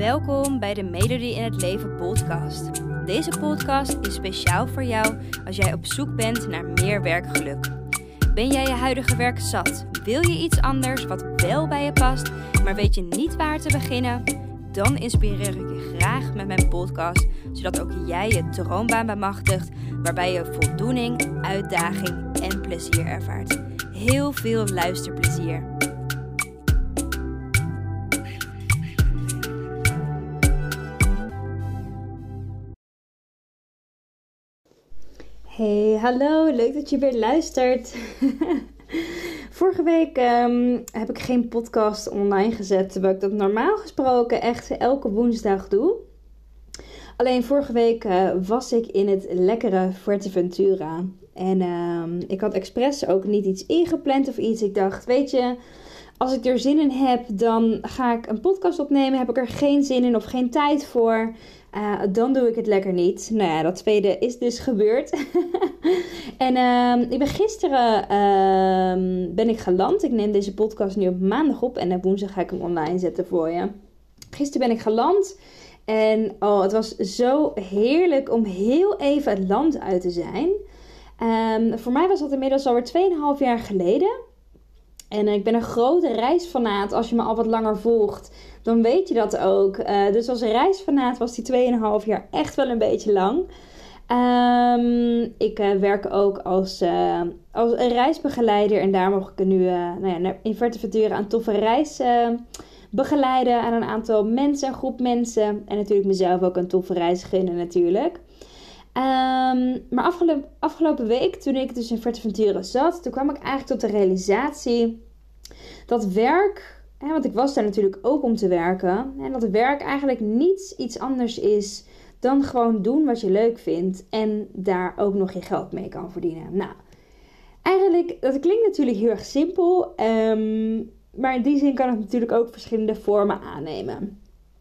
Welkom bij de Melodie in het Leven podcast. Deze podcast is speciaal voor jou als jij op zoek bent naar meer werkgeluk. Ben jij je huidige werk zat? Wil je iets anders wat wel bij je past, maar weet je niet waar te beginnen? Dan inspireer ik je graag met mijn podcast, zodat ook jij je droombaan bemachtigt, waarbij je voldoening, uitdaging en plezier ervaart. Heel veel luisterplezier. Hey, hallo, leuk dat je weer luistert. Vorige week heb ik geen podcast online gezet, terwijl ik dat normaal gesproken echt elke woensdag doe. Alleen vorige week was ik in het lekkere Fuerteventura. En ik had expres ook niet iets ingepland of iets. Ik dacht, weet je, als ik er zin in heb, dan ga ik een podcast opnemen. Heb ik er geen zin in of geen tijd voor, dan doe ik het lekker niet. Nou ja, dat tweede is dus gebeurd. En ik ben gisteren ben ik geland. Ik neem deze podcast nu op maandag op en op woensdag ga ik hem online zetten voor je. Gisteren ben ik geland en het was zo heerlijk om heel even het land uit te zijn. Voor mij was dat inmiddels alweer 2,5 jaar geleden. En ik ben een grote reisfanaat. Als je me al wat langer volgt, dan weet je dat ook. Dus als reisfanaat was die 2,5 jaar echt wel een beetje lang. Ik werk ook als een reisbegeleider. En daar mocht ik nu in Fuerteventura een toffe reis begeleiden aan een aantal mensen, een groep mensen. En natuurlijk mezelf ook een toffe reis gunnen natuurlijk. Maar afgelopen week, toen ik dus in Fuerteventura zat, toen kwam ik eigenlijk tot de realisatie dat werk, want ik was daar natuurlijk ook om te werken, en dat werk eigenlijk niets iets anders is dan gewoon doen wat je leuk vindt en daar ook nog je geld mee kan verdienen. Nou, eigenlijk, dat klinkt natuurlijk heel erg simpel, maar in die zin kan het natuurlijk ook verschillende vormen aannemen.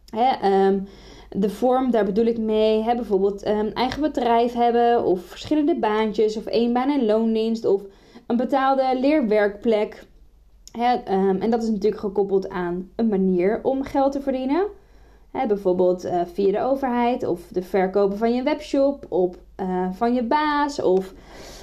De vorm, daar bedoel ik mee, bijvoorbeeld eigen bedrijf hebben of verschillende baantjes of eenbaan- en loondienst of een betaalde leerwerkplek. En dat is natuurlijk gekoppeld aan een manier om geld te verdienen. Bijvoorbeeld via de overheid of de verkopen van je webshop of van je baas of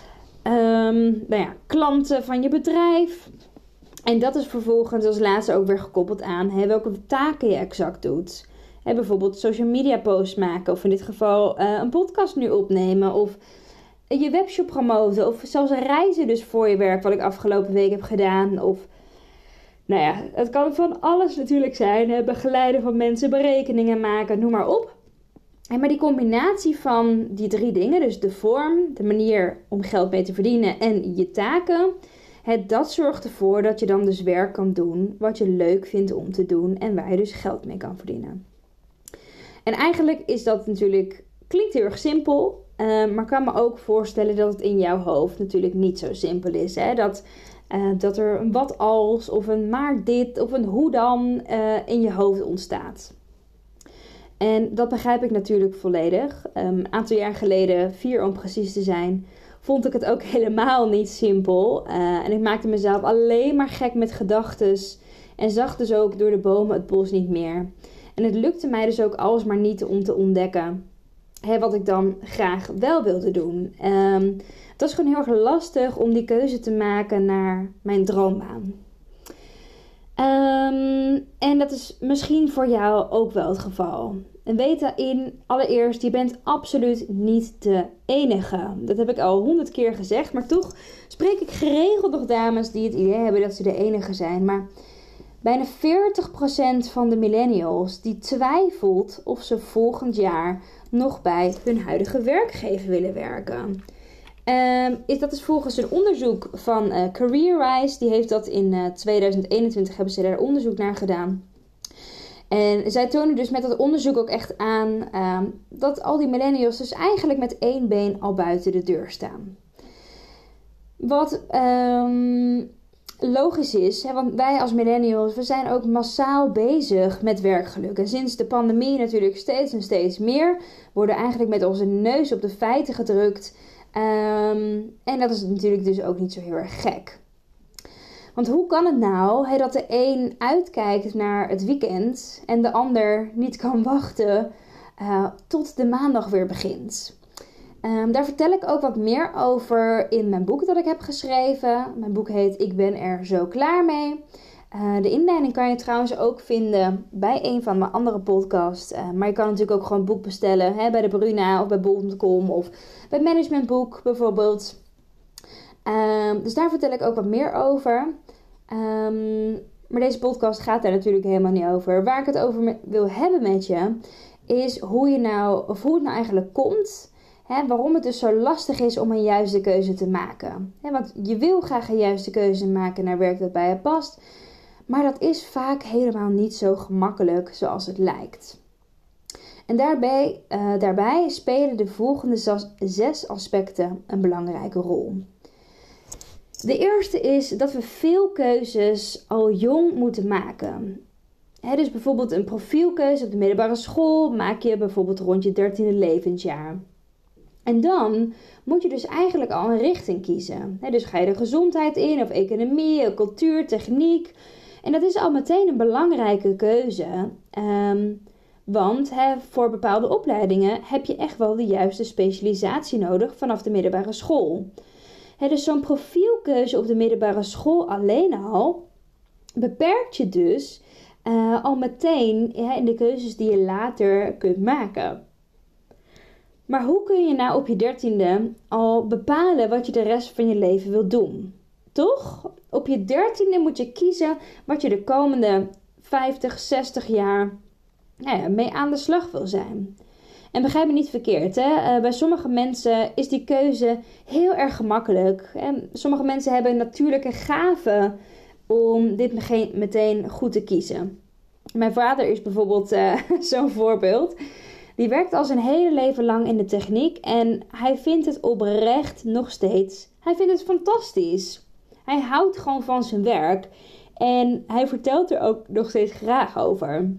klanten van je bedrijf. En dat is vervolgens als laatste ook weer gekoppeld aan welke taken je exact doet. Bijvoorbeeld social media posts maken of in dit geval een podcast nu opnemen of je webshop promoten of zelfs reizen dus voor je werk wat ik afgelopen week heb gedaan. Of het kan van alles natuurlijk zijn. Begeleiden van mensen, berekeningen maken, noem maar op. Maar die combinatie van die 3 dingen, dus de vorm, de manier om geld mee te verdienen en je taken, dat zorgt ervoor dat je dan dus werk kan doen wat je leuk vindt om te doen en waar je dus geld mee kan verdienen. En eigenlijk is dat natuurlijk, klinkt heel erg simpel, maar ik kan me ook voorstellen dat het in jouw hoofd natuurlijk niet zo simpel is. Dat er een wat als of een maar dit of een hoe dan in je hoofd ontstaat. En dat begrijp ik natuurlijk volledig. Een aantal jaar geleden, 4 om precies te zijn, vond ik het ook helemaal niet simpel. En ik maakte mezelf alleen maar gek met gedachtes en zag dus ook door de bomen het bos niet meer. En het lukte mij dus ook alsmaar niet om te ontdekken wat ik dan graag wel wilde doen. Het was gewoon heel erg lastig om die keuze te maken naar mijn droombaan. En dat is misschien voor jou ook wel het geval. En weet daarin allereerst, je bent absoluut niet de enige. Dat heb ik al 100 keer gezegd, maar toch spreek ik geregeld nog dames die het idee hebben dat ze de enige zijn. Maar bijna 40% van de millennials die twijfelt of ze volgend jaar nog bij hun huidige werkgever willen werken. Dat is volgens een onderzoek van CareerWise. Die heeft dat in 2021, hebben ze daar onderzoek naar gedaan. En zij tonen dus met dat onderzoek ook echt aan dat al die millennials dus eigenlijk met 1 been al buiten de deur staan. Wat logisch is, want wij als millennials, we zijn ook massaal bezig met werkgeluk. En sinds de pandemie natuurlijk steeds en steeds meer, worden eigenlijk met onze neus op de feiten gedrukt. En dat is natuurlijk dus ook niet zo heel erg gek. Want hoe kan het nou dat de een uitkijkt naar het weekend en de ander niet kan wachten tot de maandag weer begint? Daar vertel ik ook wat meer over in mijn boek dat ik heb geschreven. Mijn boek heet Ik ben er zo klaar mee. De inleiding kan je trouwens ook vinden bij een van mijn andere podcasts. Maar je kan natuurlijk ook gewoon een boek bestellen bij de Bruna of bij bol.com of bij Managementboek bijvoorbeeld. Dus daar vertel ik ook wat meer over. Maar deze podcast gaat daar natuurlijk helemaal niet over. Waar ik het over wil hebben met je is hoe het nou eigenlijk komt. Waarom het dus zo lastig is om een juiste keuze te maken. Want je wil graag een juiste keuze maken naar werk dat bij je past. Maar dat is vaak helemaal niet zo gemakkelijk zoals het lijkt. En daarbij spelen de volgende 6 aspecten een belangrijke rol. De eerste is dat we veel keuzes al jong moeten maken. Dus bijvoorbeeld een profielkeuze op de middelbare school maak je bijvoorbeeld rond je 13e levensjaar. En dan moet je dus eigenlijk al een richting kiezen. Dus ga je de gezondheid in of economie, cultuur, techniek. En dat is al meteen een belangrijke keuze. Want voor bepaalde opleidingen heb je echt wel de juiste specialisatie nodig vanaf de middelbare school. Dus zo'n profielkeuze op de middelbare school alleen al beperkt je dus al meteen in de keuzes die je later kunt maken. Maar hoe kun je nou op je 13e al bepalen wat je de rest van je leven wilt doen? Toch? Op je 13e moet je kiezen wat je de komende 50, 60 jaar mee aan de slag wil zijn. En begrijp me niet verkeerd, bij sommige mensen is die keuze heel erg gemakkelijk. Sommige mensen hebben een natuurlijke gave om dit meteen goed te kiezen. Mijn vader is bijvoorbeeld zo'n voorbeeld. Die werkt al zijn hele leven lang in de techniek en hij vindt het oprecht nog steeds. Hij vindt het fantastisch. Hij houdt gewoon van zijn werk en hij vertelt er ook nog steeds graag over.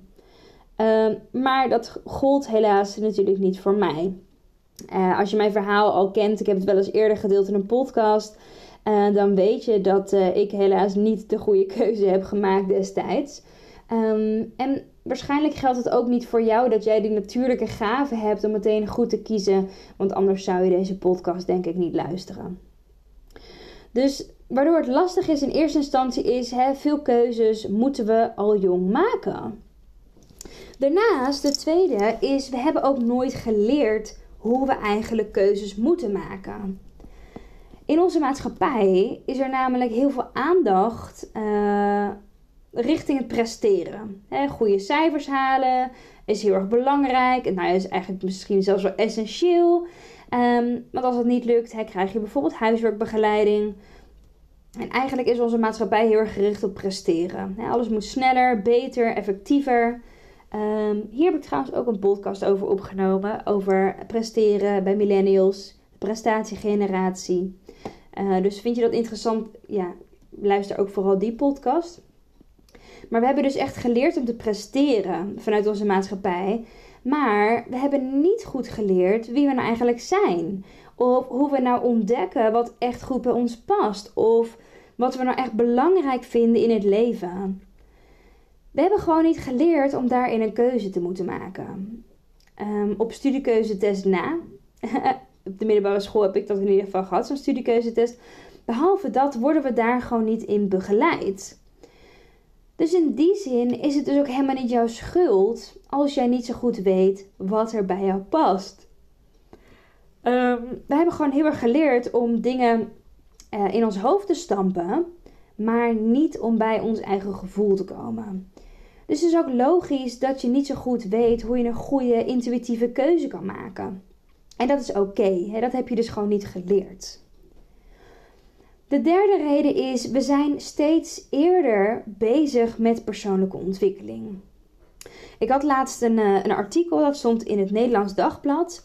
Maar dat gold helaas natuurlijk niet voor mij. Als je mijn verhaal al kent, ik heb het wel eens eerder gedeeld in een podcast, dan weet je dat ik helaas niet de goede keuze heb gemaakt destijds. En waarschijnlijk geldt het ook niet voor jou dat jij die natuurlijke gave hebt om meteen goed te kiezen, want anders zou je deze podcast denk ik niet luisteren. Dus waardoor het lastig is in eerste instantie is, veel keuzes moeten we al jong maken. Daarnaast, de tweede is, we hebben ook nooit geleerd hoe we eigenlijk keuzes moeten maken. In onze maatschappij is er namelijk heel veel aandacht richting het presteren. Goede cijfers halen is heel erg belangrijk. En is eigenlijk misschien zelfs wel essentieel. Want als dat niet lukt, krijg je bijvoorbeeld huiswerkbegeleiding. En eigenlijk is onze maatschappij heel erg gericht op presteren. Alles moet sneller, beter, effectiever. Hier heb ik trouwens ook een podcast over opgenomen. Over presteren bij millennials. De prestatiegeneratie. Dus vind je dat interessant? Ja, luister ook vooral die podcast. Maar we hebben dus echt geleerd om te presteren vanuit onze maatschappij. Maar we hebben niet goed geleerd wie we nou eigenlijk zijn. Of hoe we nou ontdekken wat echt goed bij ons past. Of wat we nou echt belangrijk vinden in het leven. We hebben gewoon niet geleerd om daarin een keuze te moeten maken. Op studiekeuzetest na. Op de middelbare school heb ik dat in ieder geval gehad, zo'n studiekeuzetest. Behalve dat worden we daar gewoon niet in begeleid. Dus in die zin is het dus ook helemaal niet jouw schuld als jij niet zo goed weet wat er bij jou past. We hebben gewoon heel erg geleerd om dingen in ons hoofd te stampen, maar niet om bij ons eigen gevoel te komen. Dus het is ook logisch dat je niet zo goed weet hoe je een goede intuïtieve keuze kan maken. En dat is oké, dat heb je dus gewoon niet geleerd. De derde reden is, we zijn steeds eerder bezig met persoonlijke ontwikkeling. Ik had laatst een artikel, dat stond in het Nederlands Dagblad.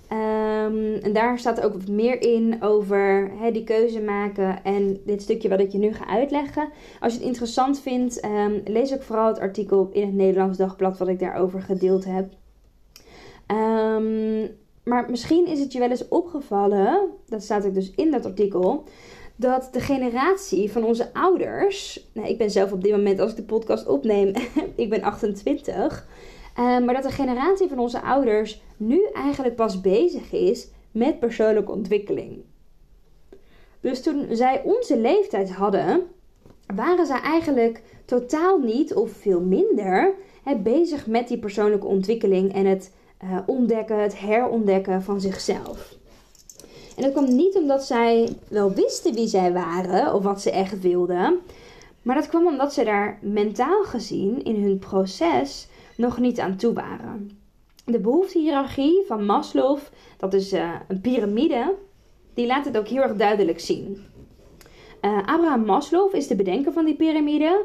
En daar staat ook wat meer in over die keuze maken en dit stukje wat ik je nu ga uitleggen. Als je het interessant vindt, lees ook vooral het artikel in het Nederlands Dagblad wat ik daarover gedeeld heb. Maar misschien is het je wel eens opgevallen, dat staat ook dus in dat artikel, dat de generatie van onze ouders... Nou, ik ben zelf op dit moment, als ik de podcast opneem, ik ben 28... maar dat de generatie van onze ouders nu eigenlijk pas bezig is met persoonlijke ontwikkeling. Dus toen zij onze leeftijd hadden, waren zij eigenlijk totaal niet of veel minder bezig met die persoonlijke ontwikkeling en het ontdekken, het herontdekken van zichzelf. En dat kwam niet omdat zij wel wisten wie zij waren of wat ze echt wilden, maar dat kwam omdat ze daar mentaal gezien in hun proces nog niet aan toe waren. De behoeftehiërarchie van Maslow, dat is een piramide, die laat het ook heel erg duidelijk zien. Abraham Maslow is de bedenker van die piramide.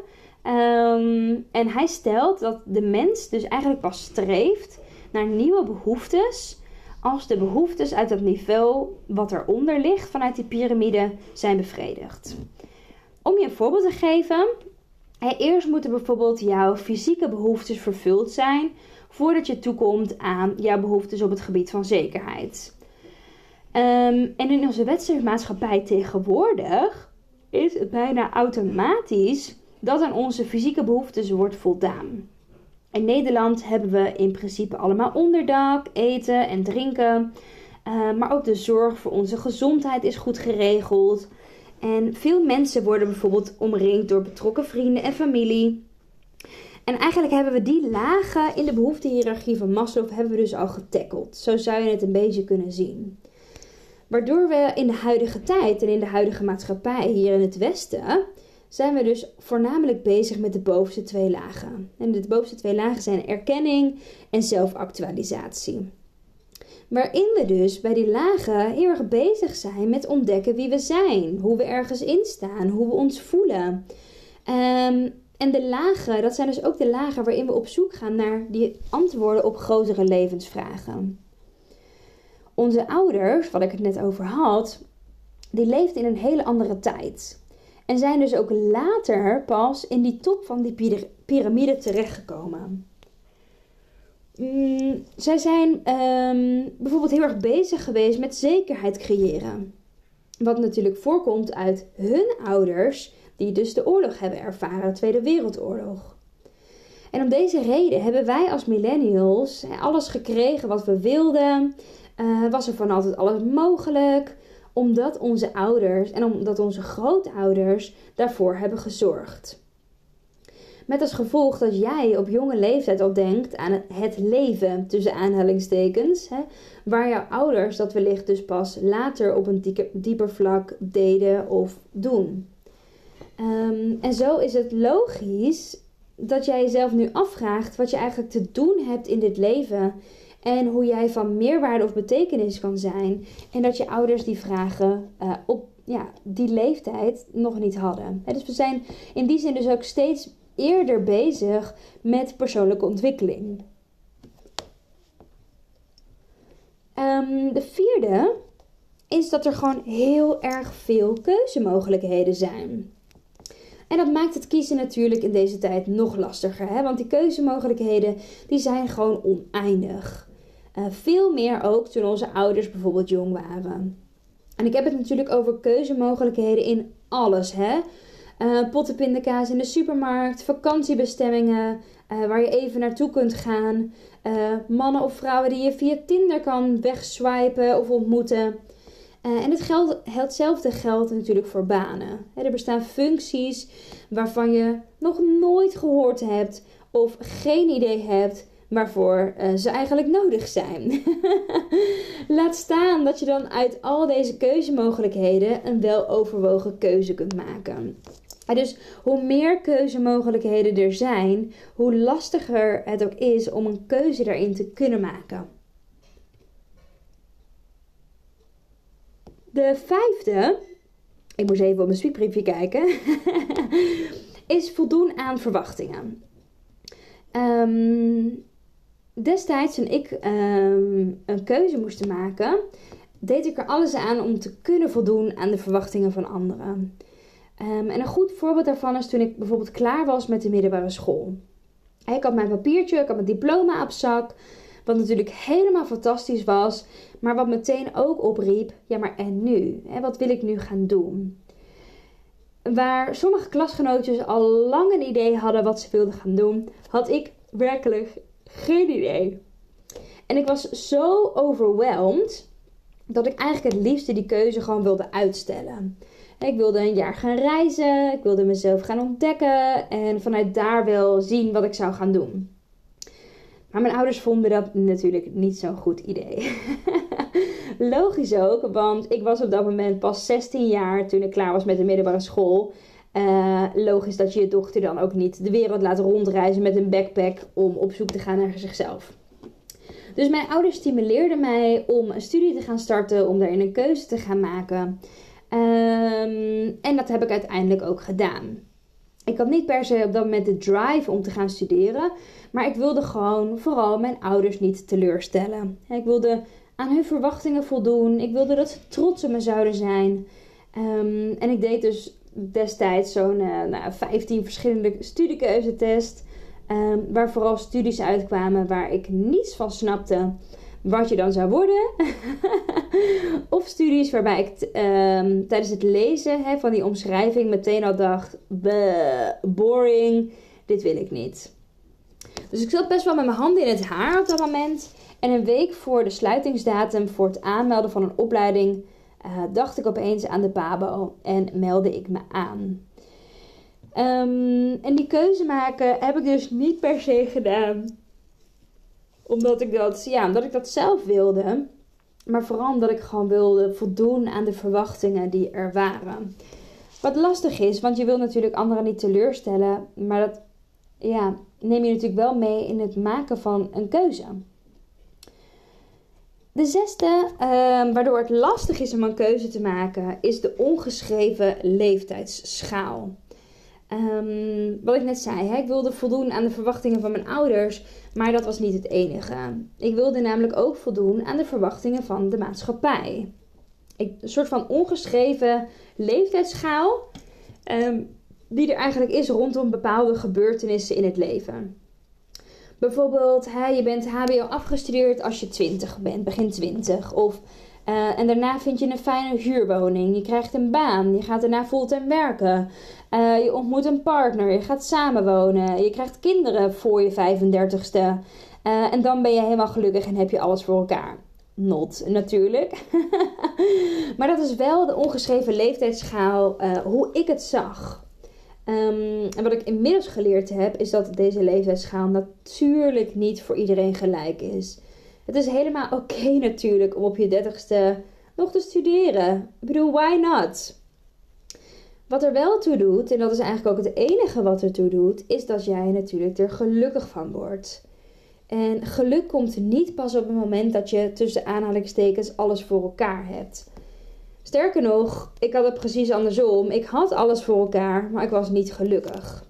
En hij stelt dat de mens dus eigenlijk pas streeft naar nieuwe behoeftes als de behoeftes uit het niveau wat eronder ligt vanuit die piramide zijn bevredigd. Om je een voorbeeld te geven, eerst moeten bijvoorbeeld jouw fysieke behoeftes vervuld zijn voordat je toekomt aan jouw behoeftes op het gebied van zekerheid. En in onze westerse maatschappij tegenwoordig is het bijna automatisch dat aan onze fysieke behoeftes wordt voldaan. In Nederland hebben we in principe allemaal onderdak, eten en drinken. Maar ook de zorg voor onze gezondheid is goed geregeld. En veel mensen worden bijvoorbeeld omringd door betrokken vrienden en familie. En eigenlijk hebben we die lagen in de behoeftehiërarchie van Maslow hebben we dus al getackeld. Zo zou je het een beetje kunnen zien. Waardoor we in de huidige tijd en in de huidige maatschappij hier in het Westen zijn we dus voornamelijk bezig met de bovenste twee lagen. En de bovenste twee lagen zijn erkenning en zelfactualisatie. Waarin we dus bij die lagen heel erg bezig zijn met ontdekken wie we zijn, hoe we ergens in staan, hoe we ons voelen. En de lagen, dat zijn dus ook de lagen waarin we op zoek gaan naar die antwoorden op grotere levensvragen. Onze ouders, wat ik het net over had, die leefden in een hele andere tijd. En zijn dus ook later pas in die top van die piramide terechtgekomen. Zij zijn bijvoorbeeld heel erg bezig geweest met zekerheid creëren. Wat natuurlijk voorkomt uit hun ouders, die dus de oorlog hebben ervaren, de Tweede Wereldoorlog. En om deze reden hebben wij als millennials alles gekregen wat we wilden. Was er van altijd alles mogelijk, omdat onze ouders en omdat onze grootouders daarvoor hebben gezorgd. Met als gevolg dat jij op jonge leeftijd al denkt aan het leven, tussen aanhalingstekens, waar jouw ouders dat wellicht dus pas later op een dieper vlak deden of doen. En zo is het logisch dat jij jezelf nu afvraagt wat je eigenlijk te doen hebt in dit leven en hoe jij van meerwaarde of betekenis kan zijn. En dat je ouders die vragen op die leeftijd nog niet hadden. Dus we zijn in die zin dus ook steeds eerder bezig met persoonlijke ontwikkeling. De vierde is dat er gewoon heel erg veel keuzemogelijkheden zijn. En dat maakt het kiezen natuurlijk in deze tijd nog lastiger. Want die keuzemogelijkheden die zijn gewoon oneindig. Veel meer ook toen onze ouders bijvoorbeeld jong waren. En ik heb het natuurlijk over keuzemogelijkheden in alles. Pottenpindakaas in de supermarkt, vakantiebestemmingen waar je even naartoe kunt gaan. Mannen of vrouwen die je via Tinder kan wegswipen of ontmoeten. En hetzelfde geldt natuurlijk voor banen. Er bestaan functies waarvan je nog nooit gehoord hebt of geen idee hebt waarvoor ze eigenlijk nodig zijn. Laat staan dat je dan uit al deze keuzemogelijkheden een weloverwogen keuze kunt maken. Dus hoe meer keuzemogelijkheden er zijn, hoe lastiger het ook is om een keuze daarin te kunnen maken. De vijfde, ik moest even op mijn spiekbriefje kijken, is voldoen aan verwachtingen. Destijds toen ik een keuze moest maken, deed ik er alles aan om te kunnen voldoen aan de verwachtingen van anderen. En een goed voorbeeld daarvan is toen ik bijvoorbeeld klaar was met de middelbare school. Ik had mijn papiertje, ik had mijn diploma op zak, wat natuurlijk helemaal fantastisch was, maar wat meteen ook opriep, ja maar en nu? Wat wil ik nu gaan doen? Waar sommige klasgenootjes al lang een idee hadden wat ze wilden gaan doen, had ik werkelijk geen idee. En ik was zo overwhelmed dat ik eigenlijk het liefste die keuze gewoon wilde uitstellen. Ik wilde een jaar gaan reizen, ik wilde mezelf gaan ontdekken en vanuit daar wel zien wat ik zou gaan doen. Maar mijn ouders vonden dat natuurlijk niet zo'n goed idee. Logisch ook, want ik was op dat moment pas 16 jaar toen ik klaar was met de middelbare school. Logisch dat je je dochter dan ook niet de wereld laat rondreizen met een backpack om op zoek te gaan naar zichzelf. Dus mijn ouders stimuleerden mij om een studie te gaan starten, om daarin een keuze te gaan maken. En dat heb ik uiteindelijk ook gedaan. Ik had niet per se op dat moment de drive om te gaan studeren, maar ik wilde gewoon vooral mijn ouders niet teleurstellen. Ik wilde aan hun verwachtingen voldoen. Ik wilde dat ze trots op me zouden zijn. En ik deed dus destijds zo'n 15 verschillende studiekeuzetest. Waar vooral studies uitkwamen waar ik niets van snapte wat je dan zou worden. Of studies waarbij ik tijdens het lezen van die omschrijving meteen al dacht, boring, dit wil ik niet. Dus ik zat best wel met mijn handen in het haar op dat moment. En een week voor de sluitingsdatum voor het aanmelden van een opleiding dacht ik opeens aan de PABO en meldde ik me aan. En die keuze maken heb ik dus niet per se gedaan omdat ik dat zelf wilde. Maar vooral omdat ik gewoon wilde voldoen aan de verwachtingen die er waren. Wat lastig is, want je wil natuurlijk anderen niet teleurstellen. Maar dat neem je natuurlijk wel mee in het maken van een keuze. De zesde, waardoor het lastig is om een keuze te maken, is de ongeschreven leeftijdsschaal. Wat ik net zei, ik wilde voldoen aan de verwachtingen van mijn ouders, maar dat was niet het enige. Ik wilde namelijk ook voldoen aan de verwachtingen van de maatschappij. Een soort van ongeschreven leeftijdsschaal die er eigenlijk is rondom bepaalde gebeurtenissen in het leven. Bijvoorbeeld, je bent HBO afgestudeerd als je 20 bent, begin 20. En daarna vind je een fijne huurwoning. Je krijgt een baan. Je gaat daarna fulltime werken. Je ontmoet een partner. Je gaat samenwonen. Je krijgt kinderen voor je 35ste. En dan ben je helemaal gelukkig en heb je alles voor elkaar. Not, natuurlijk. Maar dat is wel de ongeschreven leeftijdschaal hoe ik het zag. En wat ik inmiddels geleerd heb, is dat deze leeftijdschaal natuurlijk niet voor iedereen gelijk is. Het is helemaal oké natuurlijk om op je 30ste nog te studeren. Ik bedoel, why not? Wat er wel toe doet, en dat is eigenlijk ook het enige wat er toe doet, is dat jij natuurlijk er gelukkig van wordt. En geluk komt niet pas op het moment dat je tussen aanhalingstekens alles voor elkaar hebt. Sterker nog, ik had het precies andersom. Ik had alles voor elkaar, maar ik was niet gelukkig.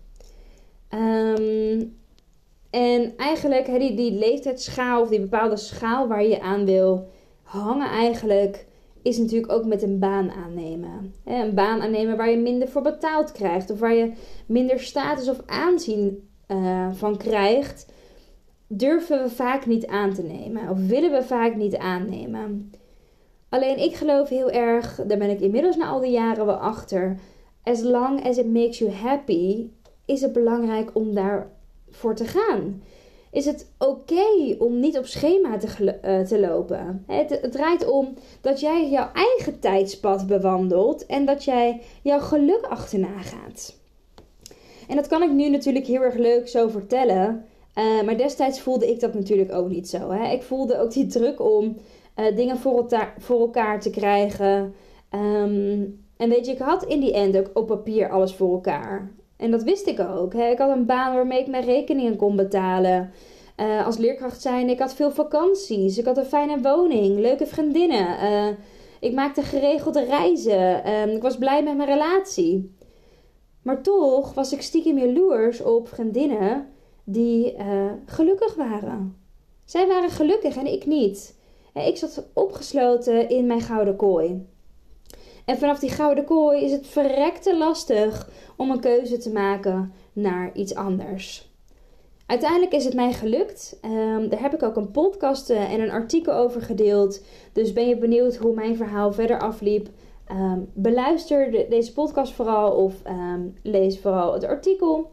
En eigenlijk die leeftijdsschaal of die bepaalde schaal waar je aan wil hangen eigenlijk, is natuurlijk ook met een baan aannemen. Een baan aannemen waar je minder voor betaald krijgt of waar je minder status of aanzien van krijgt, durven we vaak niet aan te nemen of willen we vaak niet aannemen. Alleen ik geloof heel erg, daar ben ik inmiddels na al die jaren wel achter, as long as it makes you happy, is het belangrijk om daarvoor te gaan. Is het oké om niet op schema te lopen? Het draait om dat jij jouw eigen tijdspad bewandelt en dat jij jouw geluk achterna gaat. En dat kan ik nu natuurlijk heel erg leuk zo vertellen, maar destijds voelde ik dat natuurlijk ook niet zo. Ik voelde ook die druk om dingen voor elkaar te krijgen. En weet je, ik had in die end ook op papier alles voor elkaar. En dat wist ik ook. Ik had een baan waarmee ik mijn rekeningen kon betalen. Als leerkracht zijn, ik had veel vakanties. Ik had een fijne woning, leuke vriendinnen. Ik maakte geregelde reizen. Ik was blij met mijn relatie. Maar toch was ik stiekem jaloers op vriendinnen die gelukkig waren. Zij waren gelukkig en ik niet. Ik zat opgesloten in mijn gouden kooi. En vanaf die gouden kooi is het verrekte lastig om een keuze te maken naar iets anders. Uiteindelijk is het mij gelukt. Daar heb ik ook een podcast en een artikel over gedeeld. Dus ben je benieuwd hoe mijn verhaal verder afliep? Beluister deze podcast vooral of lees vooral het artikel.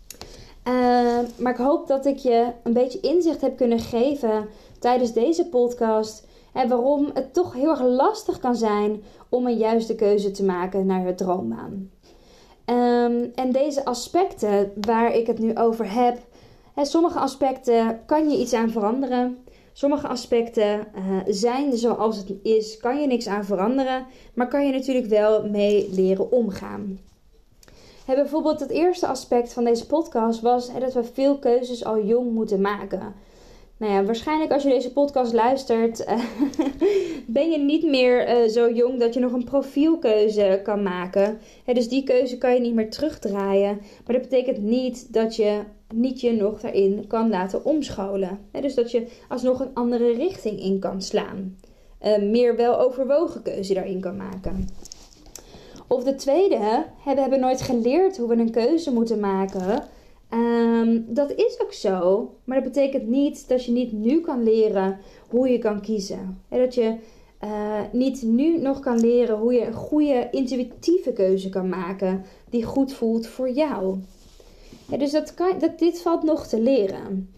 Maar ik hoop dat ik je een beetje inzicht heb kunnen geven tijdens deze podcast. En waarom het toch heel erg lastig kan zijn om een juiste keuze te maken naar je droombaan. En deze aspecten waar ik het nu over heb. Sommige aspecten kan je iets aan veranderen. Sommige aspecten zijn zoals het is, kan je niks aan veranderen. Maar kan je natuurlijk wel mee leren omgaan. Bijvoorbeeld het eerste aspect van deze podcast was dat we veel keuzes al jong moeten maken. Nou ja, waarschijnlijk als je deze podcast luistert, ben je niet meer zo jong dat je nog een profielkeuze kan maken. Dus die keuze kan je niet meer terugdraaien. Maar dat betekent niet dat je je nog daarin kan laten omscholen. Dus dat je alsnog een andere richting in kan slaan. Meer wel overwogen keuze daarin kan maken. Of de tweede, we hebben nooit geleerd hoe we een keuze moeten maken. Dat is ook zo, maar dat betekent niet dat je niet nu kan leren hoe je kan kiezen. Dat je niet nu nog kan leren hoe je een goede intuïtieve keuze kan maken die goed voelt voor jou. Dus dit valt nog te leren.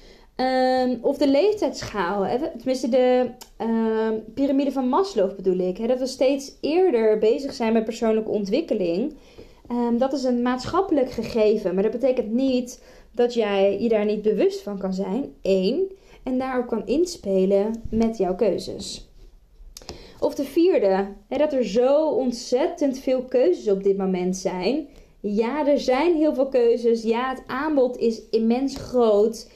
Of de leeftijdschaal, tenminste de piramide van Maslow bedoel ik. Dat we steeds eerder bezig zijn met persoonlijke ontwikkeling. Dat is een maatschappelijk gegeven, maar dat betekent niet dat jij je daar niet bewust van kan zijn. 1. En daarop kan inspelen met jouw keuzes. Of de vierde, dat er zo ontzettend veel keuzes op dit moment zijn. Ja, er zijn heel veel keuzes. Ja, het aanbod is immens groot.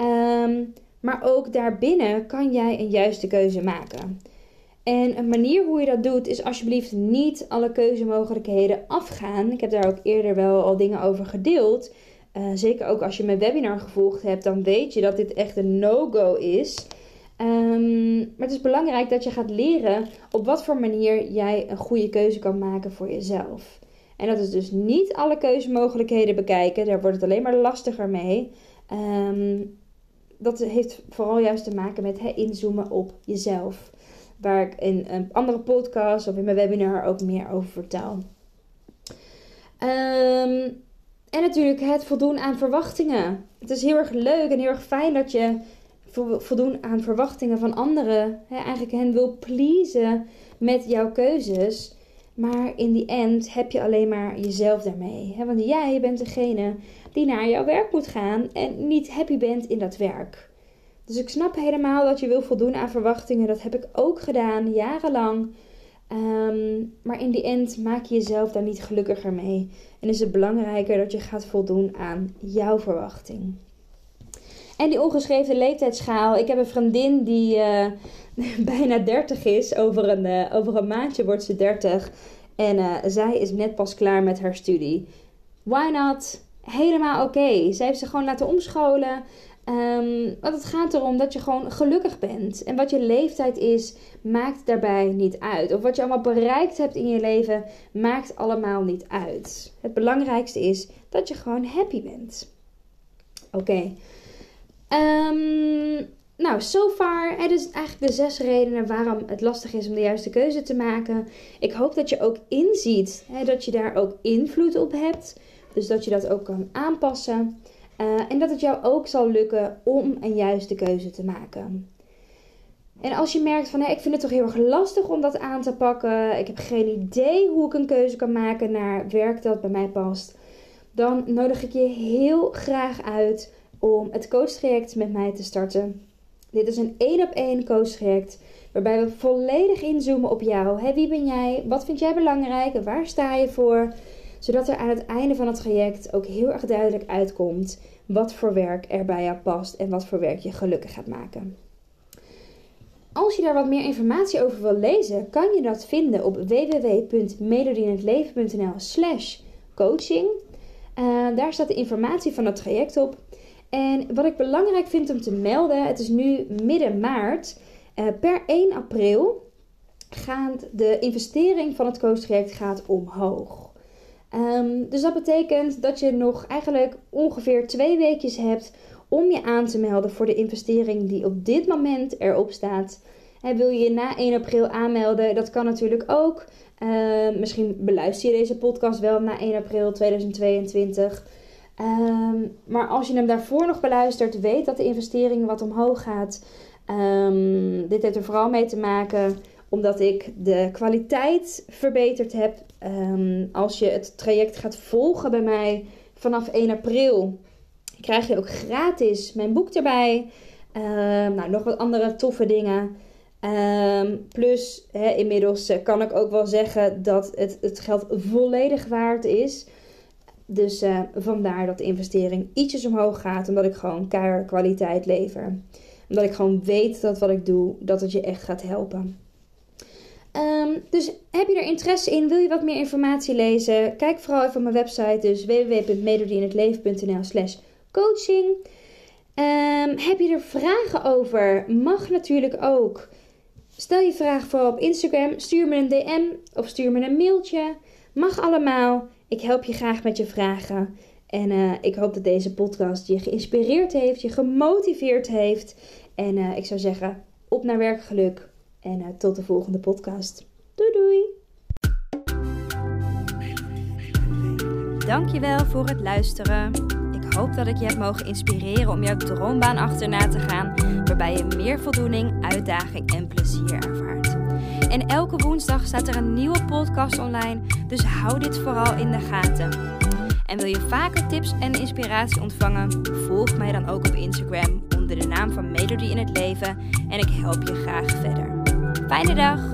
Maar ook daarbinnen kan jij een juiste keuze maken. En een manier hoe je dat doet is alsjeblieft niet alle keuzemogelijkheden afgaan. Ik heb daar ook eerder wel al dingen over gedeeld. Zeker ook als je mijn webinar gevolgd hebt, dan weet je dat dit echt een no-go is. Maar het is belangrijk dat je gaat leren op wat voor manier jij een goede keuze kan maken voor jezelf. En dat is dus niet alle keuzemogelijkheden bekijken. Daar wordt het alleen maar lastiger mee. Dat heeft vooral juist te maken met inzoomen op jezelf. Waar ik in een andere podcast of in mijn webinar ook meer over vertel. En natuurlijk het voldoen aan verwachtingen. Het is heel erg leuk en heel erg fijn dat je voldoen aan verwachtingen van anderen. Eigenlijk hen wil pleasen met jouw keuzes. Maar in die end heb je alleen maar jezelf daarmee. Want jij bent degene die naar jouw werk moet gaan en niet happy bent in dat werk. Dus ik snap helemaal dat je wil voldoen aan verwachtingen. Dat heb ik ook gedaan, jarenlang. Maar in die end maak je jezelf daar niet gelukkiger mee. En is het belangrijker dat je gaat voldoen aan jouw verwachting. En die ongeschreven leeftijdsschaal. Ik heb een vriendin die bijna 30 is. Over een maandje wordt ze 30. En zij is net pas klaar met haar studie. Why not? Helemaal oké. Zij heeft ze gewoon laten omscholen. Want het gaat erom dat je gewoon gelukkig bent. En wat je leeftijd is, maakt daarbij niet uit. Of wat je allemaal bereikt hebt in je leven, maakt allemaal niet uit. Het belangrijkste is dat je gewoon happy bent. Oké. Nou, so far. Het is eigenlijk de 6 redenen waarom het lastig is om de juiste keuze te maken. Ik hoop dat je ook inziet dat je daar ook invloed op hebt. Dus dat je dat ook kan aanpassen. En dat het jou ook zal lukken om een juiste keuze te maken. En als je merkt van, ik vind het toch heel erg lastig om dat aan te pakken. Ik heb geen idee hoe ik een keuze kan maken naar werk dat bij mij past. Dan nodig ik je heel graag uit om het coachtraject met mij te starten. Dit is een 1-op-1 coachtraject waarbij we volledig inzoomen op jou. Wie ben jij? Wat vind jij belangrijk? Waar sta je voor? Zodat er aan het einde van het traject ook heel erg duidelijk uitkomt wat voor werk er bij jou past en wat voor werk je gelukkig gaat maken. Als je daar wat meer informatie over wil lezen, kan je dat vinden op www.melodieinhetleven.nl/coaching. Daar staat de informatie van het traject op. En wat ik belangrijk vind om te melden, het is nu midden maart. Per 1 april gaat de investering van het coachtraject gaat omhoog. Dus dat betekent dat je nog eigenlijk ongeveer 2 weekjes hebt om je aan te melden voor de investering die op dit moment erop staat. Wil je je na 1 april aanmelden? Dat kan natuurlijk ook. Misschien beluister je deze podcast wel na 1 april 2022. Maar als je hem daarvoor nog beluistert, weet dat de investering wat omhoog gaat. Dit heeft er vooral mee te maken omdat ik de kwaliteit verbeterd heb. Als je het traject gaat volgen bij mij vanaf 1 april, krijg je ook gratis mijn boek erbij. Nog wat andere toffe dingen. Plus, inmiddels kan ik ook wel zeggen dat het geld volledig waard is. Dus vandaar dat de investering ietsjes omhoog gaat. Omdat ik gewoon keihard kwaliteit lever. Omdat ik gewoon weet dat wat ik doe, dat het je echt gaat helpen. Dus heb je er interesse in? Wil je wat meer informatie lezen? Kijk vooral even op mijn website. Dus www.melodieinhetleven.nl/coaching. Heb je er vragen over? Mag natuurlijk ook. Stel je vraag vooral op Instagram. Stuur me een DM of stuur me een mailtje. Mag allemaal. Ik help je graag met je vragen. En ik hoop dat deze podcast je geïnspireerd heeft, je gemotiveerd heeft. En ik zou zeggen, op naar werkgeluk. En tot de volgende podcast. Doei doei! Dankjewel voor het luisteren. Ik hoop dat ik je heb mogen inspireren om jouw droombaan achterna te gaan, waarbij je meer voldoening, uitdaging en plezier ervaart. En elke woensdag staat er een nieuwe podcast online, dus hou dit vooral in de gaten. En wil je vaker tips en inspiratie ontvangen? Volg mij dan ook op Instagram onder de naam van Melodie in het Leven en ik help je graag verder. Fijne dag!